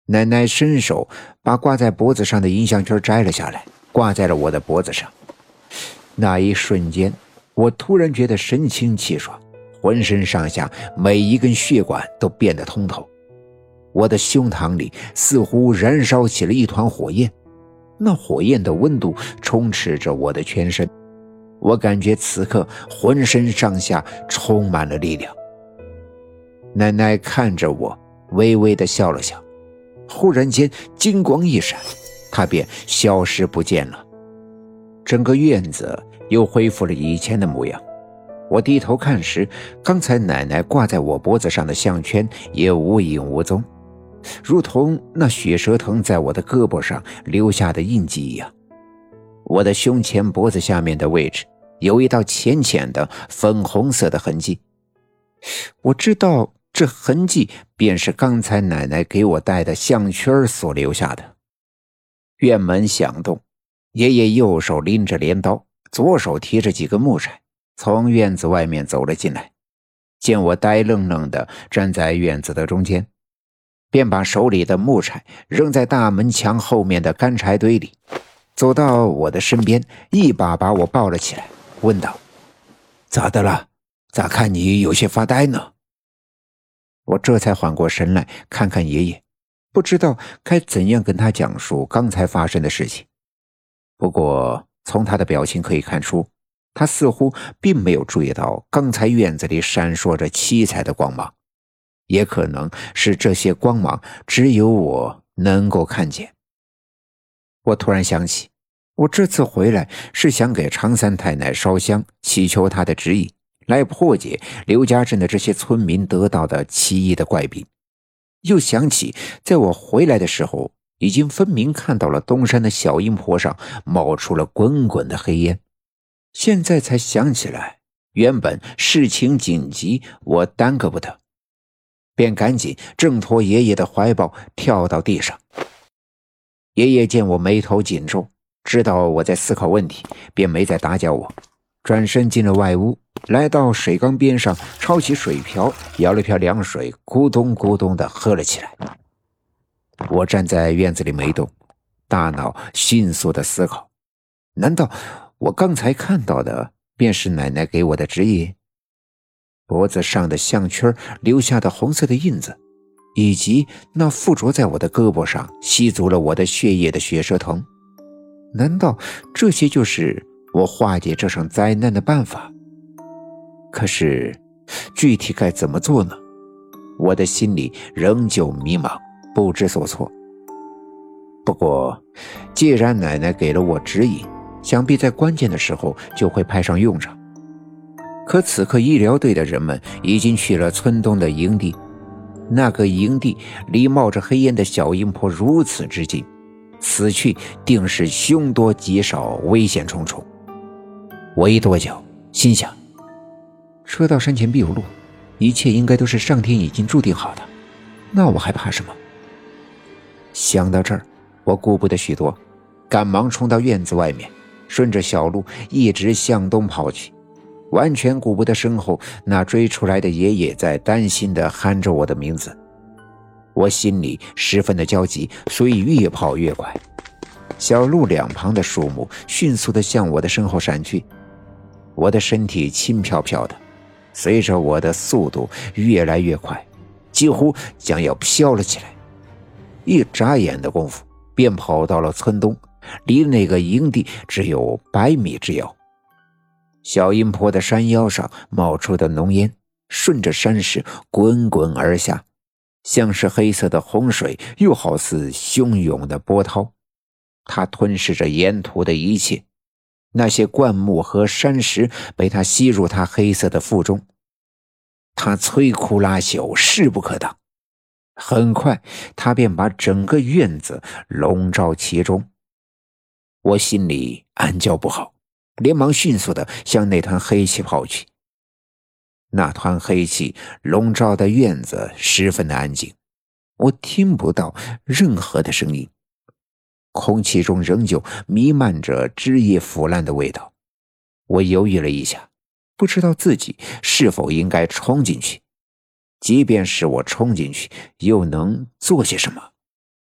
奶奶伸手把挂在脖子上的银项圈摘了下来，挂在了我的脖子上。那一瞬间，我突然觉得神清气爽，浑身上下每一根血管都变得通透。我的胸膛里似乎燃烧起了一团火焰，那火焰的温度充斥着我的全身，我感觉此刻浑身上下充满了力量。奶奶看着我，微微地笑了笑，忽然间金光一闪，她便消失不见了。整个院子又恢复了以前的模样。我低头看时，刚才奶奶挂在我脖子上的项圈也无影无踪，如同那血蛇藤在我的胳膊上留下的印记一样。我的胸前脖子下面的位置有一道浅浅的粉红色的痕迹，我知道这痕迹便是刚才奶奶给我戴的项圈所留下的。院门响动，爷爷右手拎着镰刀，左手提着几根木柴，从院子外面走了进来，见我呆愣愣地站在院子的中间，便把手里的木柴扔在大门墙后面的干柴堆里，走到我的身边，一把把我抱了起来，问道：咋的了？咋看你有些发呆呢？我这才缓过神来，看看爷爷，不知道该怎样跟他讲述刚才发生的事情。不过从他的表情可以看出，他似乎并没有注意到刚才院子里闪烁着七彩的光芒，也可能是这些光芒只有我能够看见。我突然想起，我这次回来是想给常三太奶烧香，祈求她的旨意，来破解刘家镇的这些村民得到的奇异的怪病。又想起在我回来的时候，已经分明看到了东山的小阴坡上冒出了滚滚的黑烟。现在才想起来，原本事情紧急，我耽搁不得，便赶紧挣脱爷爷的怀抱，跳到地上。爷爷见我眉头紧皱，知道我在思考问题，便没再打搅我，转身进了外屋，来到水缸边上，抄起水瓢，舀了瓢凉水，咕咚咕咚地喝了起来。我站在院子里没动，大脑迅速地思考，难道我刚才看到的便是奶奶给我的旨意？脖子上的项圈留下的红色的印子，以及那附着在我的胳膊上吸足了我的血液的血蛇藤，难道这些就是我化解这场灾难的办法？可是具体该怎么做呢？我的心里仍旧迷茫，不知所措。不过既然奶奶给了我指引，想必在关键的时候就会派上用场。可此刻医疗队的人们已经去了村东的营地，那个营地离冒着黑烟的小阴坡如此之近，此去定是凶多吉少，危险重重。我一跺脚，心想，车到山前必有路，一切应该都是上天已经注定好的，那我还怕什么？想到这儿，我顾不得许多，赶忙冲到院子外面，顺着小路一直向东跑去，完全顾不得身后那追出来的爷爷在担心地喊着我的名字。我心里十分的焦急，所以越跑越快。小路两旁的树木迅速地向我的身后闪去，我的身体轻飘飘的，随着我的速度越来越快，几乎将要飘了起来。一眨眼的功夫便跑到了村东，离那个营地只有100米之遥。小阴坡的山腰上冒出的浓烟顺着山势滚滚而下，像是黑色的洪水，又好似汹涌的波涛。它吞噬着沿途的一切，那些灌木和山石被它吸入它黑色的腹中。它摧枯拉朽，势不可挡。很快它便把整个院子笼罩其中。我心里暗叫不好，连忙迅速地向那团黑气跑去。那团黑气笼罩的院子十分的安静，我听不到任何的声音，空气中仍旧弥漫着枝叶腐烂的味道。我犹豫了一下，不知道自己是否应该冲进去，即便是我冲进去，又能做些什么？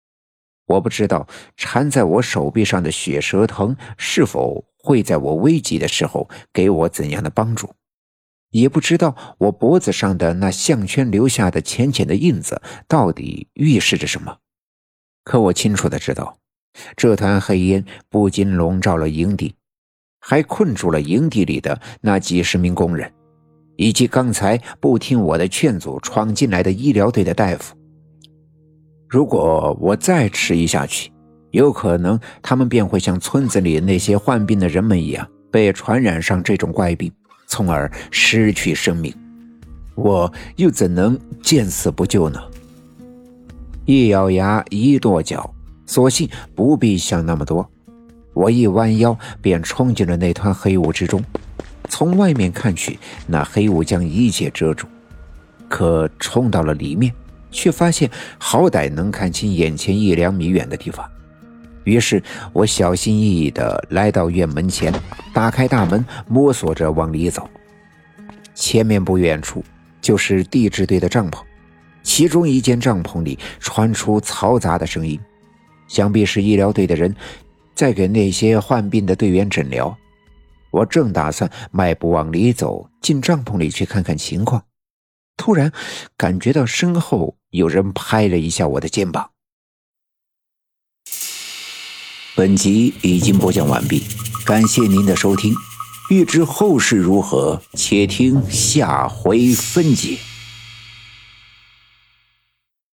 我不知道缠在我手臂上的血蛇藤是否会在我危急的时候给我怎样的帮助，也不知道我脖子上的那项圈留下的浅浅的印子到底预示着什么。可我清楚地知道，这团黑烟不仅笼罩了营地，还困住了营地里的那几十名工人，以及刚才不听我的劝阻闯进来的医疗队的大夫。如果我再迟疑下去，有可能他们便会像村子里那些患病的人们一样，被传染上这种怪病，从而失去生命。我又怎能见死不救呢？一咬牙，一跺脚，索性不必想那么多。我一弯腰便冲进了那团黑雾之中。从外面看去，那黑雾将一切遮住，可冲到了里面，却发现好歹能看清眼前1-2米远的地方。于是我小心翼翼地来到院门前，打开大门，摸索着往里走。前面不远处就是地质队的帐篷，其中一间帐篷里传出嘈杂的声音，想必是医疗队的人在给那些患病的队员诊疗。我正打算迈步往里走，进帐篷里去看看情况，突然感觉到身后有人拍了一下我的肩膀。本集已经播讲完毕，感谢您的收听。欲知后事如何，且听下回分解。